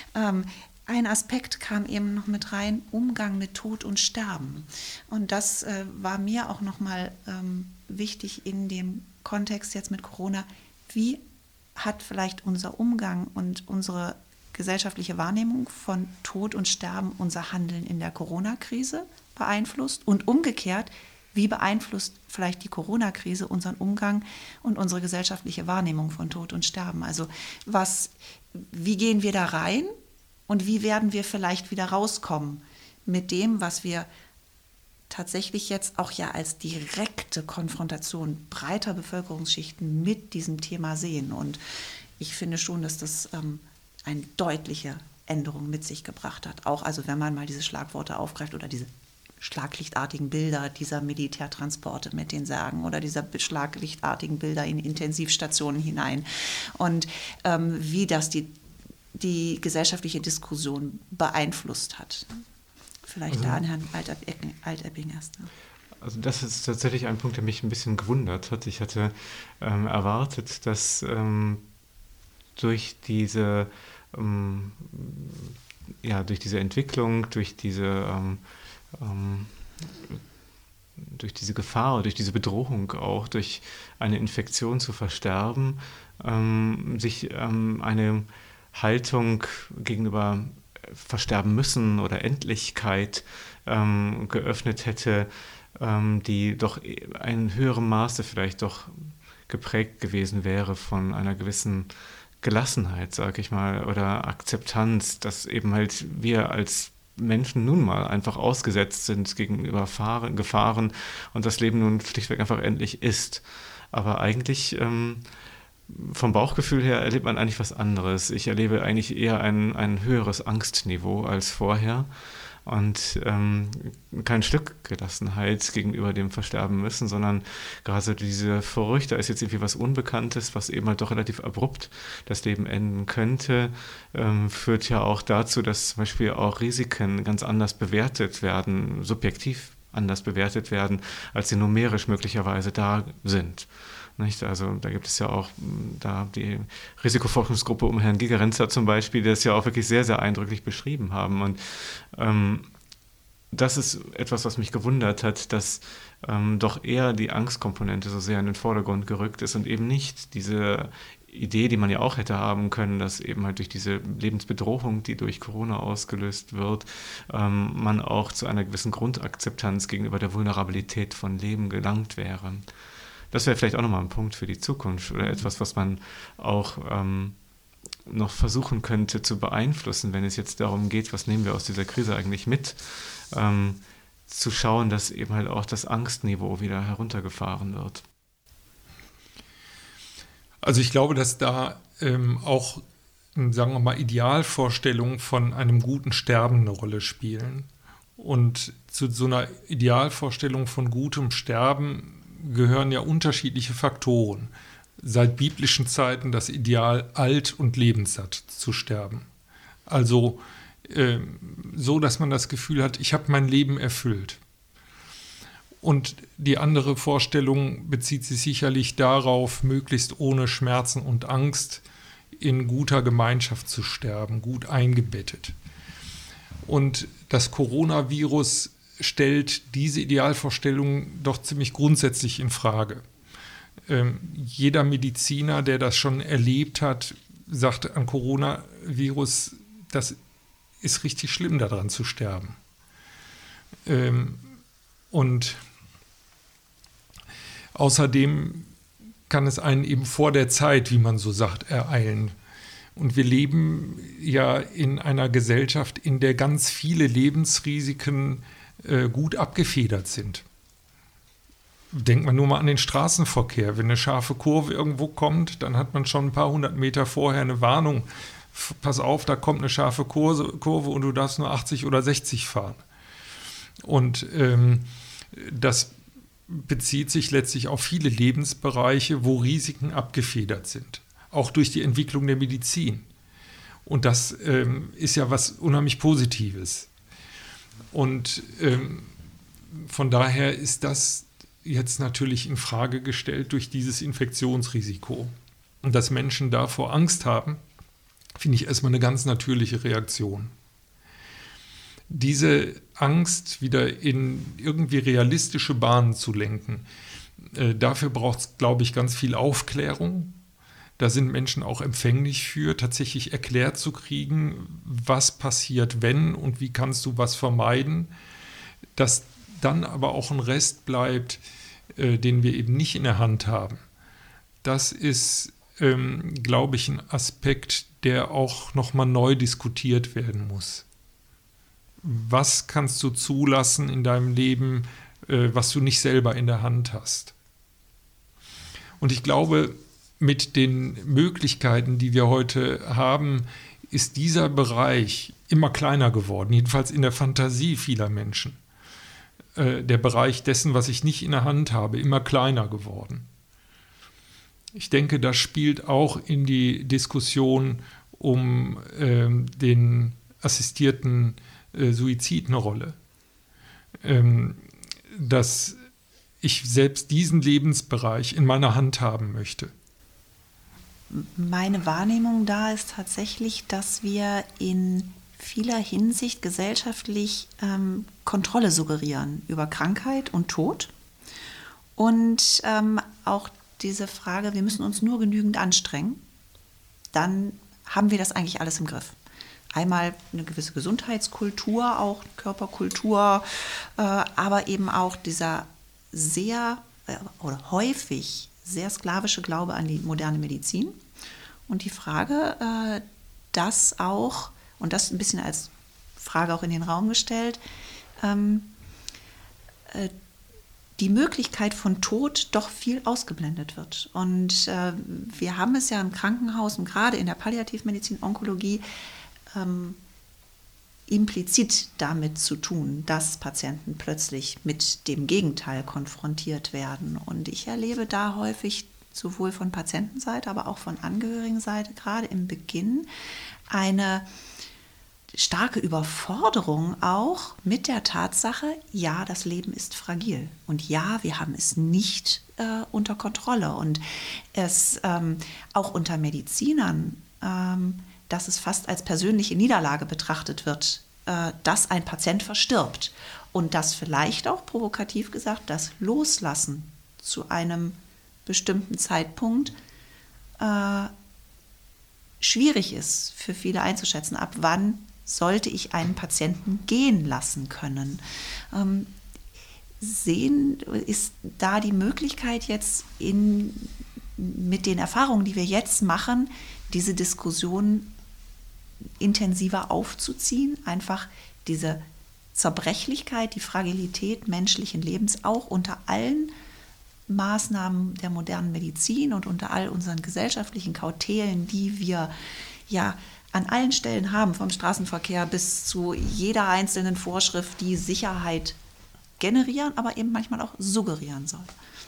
ein Aspekt kam eben noch mit rein, Umgang mit Tod und Sterben. Und das war mir auch nochmal wichtig in dem Kontext jetzt mit Corona. Wie hat vielleicht unser Umgang und unsere gesellschaftliche Wahrnehmung von Tod und Sterben unser Handeln in der Corona-Krise beeinflusst? Und umgekehrt, wie beeinflusst vielleicht die Corona-Krise unseren Umgang und unsere gesellschaftliche Wahrnehmung von Tod und Sterben? Also wie gehen wir da rein und wie werden wir vielleicht wieder rauskommen mit dem, was wir tatsächlich jetzt auch ja als direkte Konfrontation breiter Bevölkerungsschichten mit diesem Thema sehen? Und ich finde schon, dass das eine deutliche Änderung mit sich gebracht hat. Auch also wenn man mal diese Schlagworte aufgreift oder diese schlaglichtartigen Bilder dieser Militärtransporte mit den Särgen oder dieser schlaglichtartigen Bilder in Intensivstationen hinein und wie das die gesellschaftliche Diskussion beeinflusst hat. Vielleicht da an Herrn Altepping erst. Also das ist tatsächlich ein Punkt, der mich ein bisschen gewundert hat. Ich hatte erwartet, dass durch diese Entwicklung, durch diese Gefahr, durch diese Bedrohung auch, durch eine Infektion zu versterben, sich eine Haltung gegenüber Versterben müssen oder Endlichkeit geöffnet hätte, die doch in höherem Maße vielleicht doch geprägt gewesen wäre von einer gewissen Gelassenheit, sag ich mal, oder Akzeptanz, dass eben halt wir als Menschen nun mal einfach ausgesetzt sind gegenüber Gefahren und das Leben nun schlichtweg einfach endlich ist. Aber eigentlich vom Bauchgefühl her erlebt man eigentlich was anderes. Ich erlebe eigentlich eher ein höheres Angstniveau als vorher und kein Stück Gelassenheit gegenüber dem Versterben müssen, sondern gerade so diese Furcht, da ist jetzt irgendwie was Unbekanntes, was eben halt doch relativ abrupt das Leben enden könnte, führt ja auch dazu, dass zum Beispiel auch Risiken ganz anders bewertet werden, subjektiv anders bewertet werden, als sie numerisch möglicherweise da sind. Nicht? Also da gibt es ja auch da die Risikoforschungsgruppe um Herrn Gigerenzer zum Beispiel, die das ja auch wirklich sehr, sehr eindrücklich beschrieben haben. Und das ist etwas, was mich gewundert hat, dass doch eher die Angstkomponente so sehr in den Vordergrund gerückt ist und eben nicht diese Idee, die man ja auch hätte haben können, dass eben halt durch diese Lebensbedrohung, die durch Corona ausgelöst wird, man auch zu einer gewissen Grundakzeptanz gegenüber der Vulnerabilität von Leben gelangt wäre. Das wäre vielleicht auch nochmal ein Punkt für die Zukunft oder etwas, was man auch noch versuchen könnte zu beeinflussen, wenn es jetzt darum geht, was nehmen wir aus dieser Krise eigentlich mit, zu schauen, dass eben halt auch das Angstniveau wieder heruntergefahren wird. Also ich glaube, dass da auch, sagen wir mal, Idealvorstellungen von einem guten Sterben eine Rolle spielen. Und zu so einer Idealvorstellung von gutem Sterben gehören ja unterschiedliche Faktoren. Seit biblischen Zeiten das Ideal, alt und lebenssatt zu sterben. Also so, dass man das Gefühl hat, ich habe mein Leben erfüllt. Und die andere Vorstellung bezieht sich sicherlich darauf, möglichst ohne Schmerzen und Angst in guter Gemeinschaft zu sterben, gut eingebettet. Und das Coronavirus stellt diese Idealvorstellung doch ziemlich grundsätzlich in Frage. Jeder Mediziner, der das schon erlebt hat, sagt an Coronavirus, das ist richtig schlimm, daran zu sterben. Und außerdem kann es einen eben vor der Zeit, wie man so sagt, ereilen. Und wir leben ja in einer Gesellschaft, in der ganz viele Lebensrisiken gut abgefedert sind. Denkt man nur mal an den Straßenverkehr. Wenn eine scharfe Kurve irgendwo kommt, dann hat man schon ein paar hundert Meter vorher eine Warnung. Pass auf, da kommt eine scharfe Kurve und du darfst nur 80 oder 60 fahren. Und das bezieht sich letztlich auf viele Lebensbereiche, wo Risiken abgefedert sind. Auch durch die Entwicklung der Medizin. Und das ist ja was unheimlich Positives. Und von daher ist das jetzt natürlich in Frage gestellt durch dieses Infektionsrisiko. Und dass Menschen davor Angst haben, finde ich erstmal eine ganz natürliche Reaktion. Diese Angst wieder in irgendwie realistische Bahnen zu lenken, dafür braucht es, glaube ich, ganz viel Aufklärung. Da sind Menschen auch empfänglich für, tatsächlich erklärt zu kriegen, was passiert, wenn und wie kannst du was vermeiden. Dass dann aber auch ein Rest bleibt, den wir eben nicht in der Hand haben. Das ist, glaube ich, ein Aspekt, der auch nochmal neu diskutiert werden muss. Was kannst du zulassen in deinem Leben, was du nicht selber in der Hand hast? Und ich glaube, mit den Möglichkeiten, die wir heute haben, ist dieser Bereich immer kleiner geworden, jedenfalls in der Fantasie vieler Menschen. Der Bereich dessen, was ich nicht in der Hand habe, immer kleiner geworden. Ich denke, das spielt auch in die Diskussion um den assistierten Suizid eine Rolle. Dass ich selbst diesen Lebensbereich in meiner Hand haben möchte. Meine Wahrnehmung da ist tatsächlich, dass wir in vieler Hinsicht gesellschaftlich Kontrolle suggerieren über Krankheit und Tod. Und auch diese Frage, wir müssen uns nur genügend anstrengen, dann haben wir das eigentlich alles im Griff. einmal eine gewisse Gesundheitskultur, auch Körperkultur, aber eben auch dieser sehr oder häufig sehr sklavische Glaube an die moderne Medizin. Und die Frage, dass auch, und das ein bisschen als Frage auch in den Raum gestellt, die Möglichkeit von Tod doch viel ausgeblendet wird. Und wir haben es ja im Krankenhaus und gerade in der Palliativmedizin, Onkologie implizit damit zu tun, dass Patienten plötzlich mit dem Gegenteil konfrontiert werden. Und ich erlebe da häufig sowohl von Patientenseite, aber auch von Angehörigenseite, gerade im Beginn, eine starke Überforderung auch mit der Tatsache, ja, das Leben ist fragil und ja, wir haben es nicht unter Kontrolle und es auch unter Medizinern, dass es fast als persönliche Niederlage betrachtet wird, dass ein Patient verstirbt und dass vielleicht auch provokativ gesagt das Loslassen zu einem bestimmten Zeitpunkt schwierig ist für viele einzuschätzen, ab wann sollte ich einen Patienten gehen lassen können. Ist da die Möglichkeit jetzt mit den Erfahrungen, die wir jetzt machen, diese Diskussion intensiver aufzuziehen, einfach diese Zerbrechlichkeit, die Fragilität menschlichen Lebens auch unter allen Maßnahmen der modernen Medizin und unter all unseren gesellschaftlichen Kautelen, die wir ja an allen Stellen haben, vom Straßenverkehr bis zu jeder einzelnen Vorschrift, die Sicherheit generieren, aber eben manchmal auch suggerieren soll.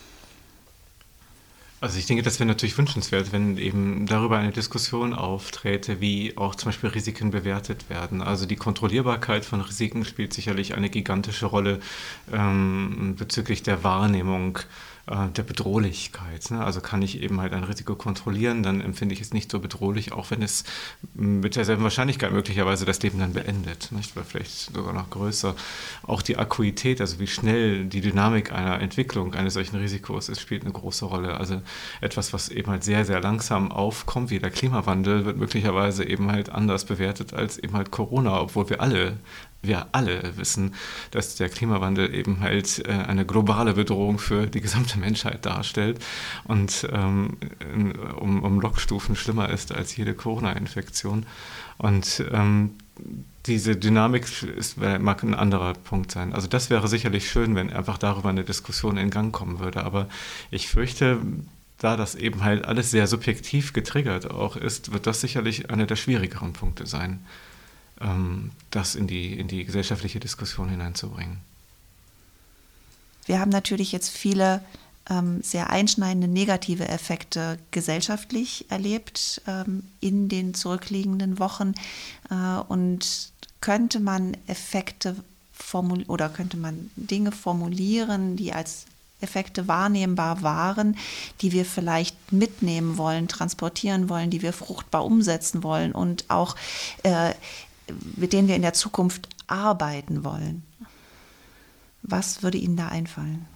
Also ich denke, das wäre natürlich wünschenswert, wenn eben darüber eine Diskussion aufträte, wie auch zum Beispiel Risiken bewertet werden. Also die Kontrollierbarkeit von Risiken spielt sicherlich eine gigantische Rolle bezüglich der Wahrnehmung der Bedrohlichkeit. Ne? Also kann ich eben halt ein Risiko kontrollieren, dann empfinde ich es nicht so bedrohlich, auch wenn es mit derselben Wahrscheinlichkeit möglicherweise das Leben dann beendet, nicht? Oder vielleicht sogar noch größer. Auch die Akuität, also wie schnell die Dynamik einer Entwicklung eines solchen Risikos ist, spielt eine große Rolle. Also etwas, was eben halt sehr, sehr langsam aufkommt, wie der Klimawandel, wird möglicherweise eben halt anders bewertet als eben halt Corona, obwohl wir alle wissen, dass der Klimawandel eben halt eine globale Bedrohung für die gesamte Menschheit darstellt und um Lockstufen schlimmer ist als jede Corona-Infektion. Und diese Dynamik mag ein anderer Punkt sein. Also das wäre sicherlich schön, wenn einfach darüber eine Diskussion in Gang kommen würde. Aber ich fürchte, da das eben halt alles sehr subjektiv getriggert auch ist, wird das sicherlich einer der schwierigeren Punkte sein, das in die gesellschaftliche Diskussion hineinzubringen. Wir haben natürlich jetzt viele sehr einschneidende negative Effekte gesellschaftlich erlebt in den zurückliegenden Wochen. Und könnte man könnte man Dinge formulieren, die als Effekte wahrnehmbar waren, die wir vielleicht mitnehmen wollen, transportieren wollen, die wir fruchtbar umsetzen wollen und auch mit denen wir in der Zukunft arbeiten wollen. Was würde Ihnen da einfallen?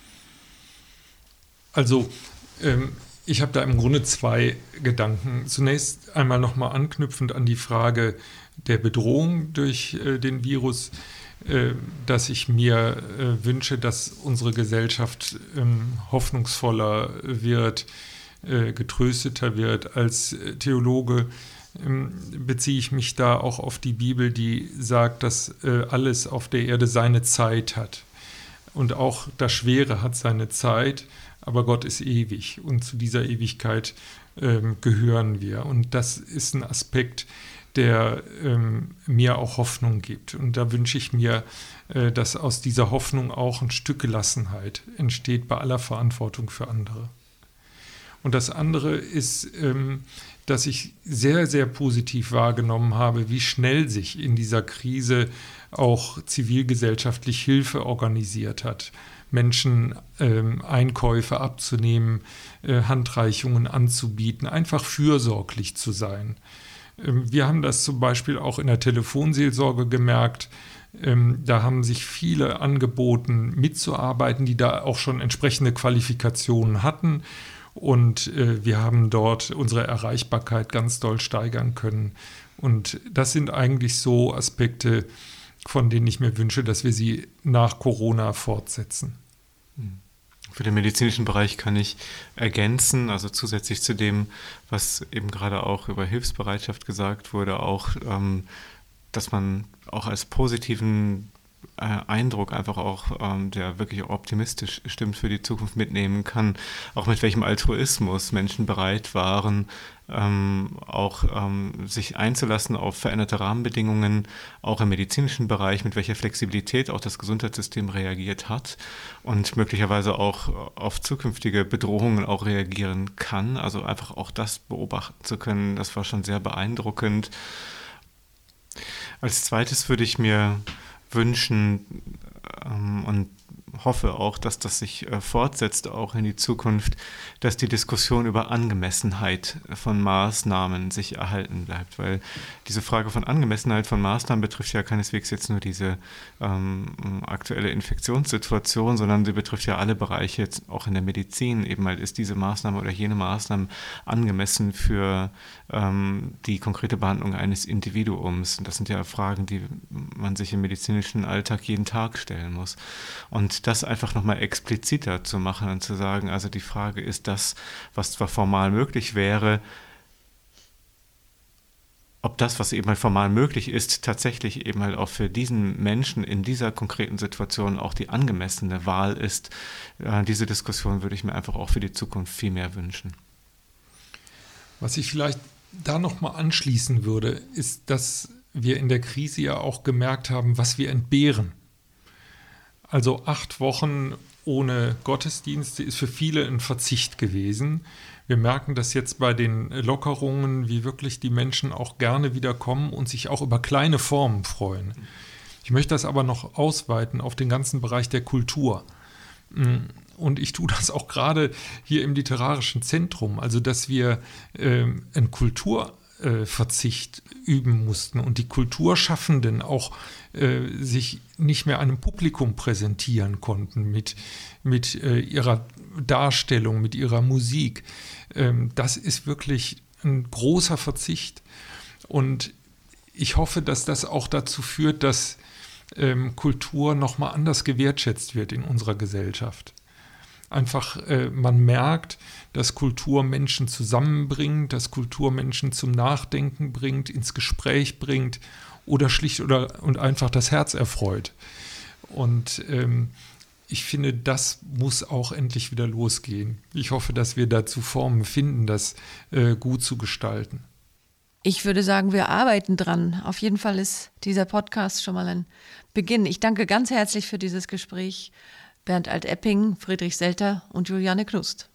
Also ich habe da im Grunde zwei Gedanken. Zunächst einmal nochmal anknüpfend an die Frage der Bedrohung durch den Virus, dass ich mir wünsche, dass unsere Gesellschaft hoffnungsvoller wird, getrösteter wird. Als Theologe beziehe ich mich da auch auf die Bibel, die sagt, dass alles auf der Erde seine Zeit hat. Und auch das Schwere hat seine Zeit, aber Gott ist ewig und zu dieser Ewigkeit gehören wir. Und das ist ein Aspekt, der mir auch Hoffnung gibt. Und da wünsche ich mir, dass aus dieser Hoffnung auch ein Stück Gelassenheit entsteht bei aller Verantwortung für andere. Und das andere ist, dass ich sehr, sehr positiv wahrgenommen habe, wie schnell sich in dieser Krise auch zivilgesellschaftlich Hilfe organisiert hat. Menschen Einkäufe abzunehmen, Handreichungen anzubieten, einfach fürsorglich zu sein. Wir haben das zum Beispiel auch in der Telefonseelsorge gemerkt. Da haben sich viele angeboten, mitzuarbeiten, die da auch schon entsprechende Qualifikationen hatten. Und wir haben dort unsere Erreichbarkeit ganz doll steigern können. Und das sind eigentlich so Aspekte, von denen ich mir wünsche, dass wir sie nach Corona fortsetzen. Für den medizinischen Bereich kann ich ergänzen, also zusätzlich zu dem, was eben gerade auch über Hilfsbereitschaft gesagt wurde, auch, dass man auch als positiven Eindruck einfach auch, der wirklich optimistisch stimmt für die Zukunft mitnehmen kann, auch mit welchem Altruismus Menschen bereit waren, auch sich einzulassen auf veränderte Rahmenbedingungen, auch im medizinischen Bereich, mit welcher Flexibilität auch das Gesundheitssystem reagiert hat und möglicherweise auch auf zukünftige Bedrohungen auch reagieren kann. Also einfach auch das beobachten zu können, das war schon sehr beeindruckend. Als zweites würde ich mir wünschen und hoffe auch, dass das sich fortsetzt, auch in die Zukunft, dass die Diskussion über Angemessenheit von Maßnahmen sich erhalten bleibt, weil diese Frage von Angemessenheit von Maßnahmen betrifft ja keineswegs jetzt nur diese aktuelle Infektionssituation, sondern sie betrifft ja alle Bereiche, jetzt auch in der Medizin, eben halt ist diese Maßnahme oder jene Maßnahme angemessen für die konkrete Behandlung eines Individuums. Und das sind ja Fragen, die man sich im medizinischen Alltag jeden Tag stellen muss. Und das einfach nochmal expliziter zu machen und zu sagen, also die Frage ist das, was zwar formal möglich wäre, ob das, was eben halt formal möglich ist, tatsächlich eben halt auch für diesen Menschen in dieser konkreten Situation auch die angemessene Wahl ist. Diese Diskussion würde ich mir einfach auch für die Zukunft viel mehr wünschen. Was ich vielleicht da nochmal anschließen würde, ist, dass wir in der Krise ja auch gemerkt haben, was wir entbehren. Also 8 Wochen ohne Gottesdienste ist für viele ein Verzicht gewesen. Wir merken das jetzt bei den Lockerungen, wie wirklich die Menschen auch gerne wieder kommen und sich auch über kleine Formen freuen. Ich möchte das aber noch ausweiten auf den ganzen Bereich der Kultur. Und ich tue das auch gerade hier im Literarischen Zentrum, also dass wir einen Kulturverzicht üben mussten und die Kulturschaffenden auch sich nicht mehr einem Publikum präsentieren konnten mit ihrer Darstellung, mit ihrer Musik. Das ist wirklich ein großer Verzicht. Und ich hoffe, dass das auch dazu führt, dass Kultur nochmal anders gewertschätzt wird in unserer Gesellschaft. Einfach, man merkt, dass Kultur Menschen zusammenbringt, dass Kultur Menschen zum Nachdenken bringt, ins Gespräch bringt oder schlicht und einfach das Herz erfreut. Und ich finde, das muss auch endlich wieder losgehen. Ich hoffe, dass wir dazu Formen finden, das gut zu gestalten. Ich würde sagen, wir arbeiten dran. Auf jeden Fall ist dieser Podcast schon mal ein Beginn. Ich danke ganz herzlich für dieses Gespräch. Bernd Alt-Epping, Friedrich Selter und Juliane Knust.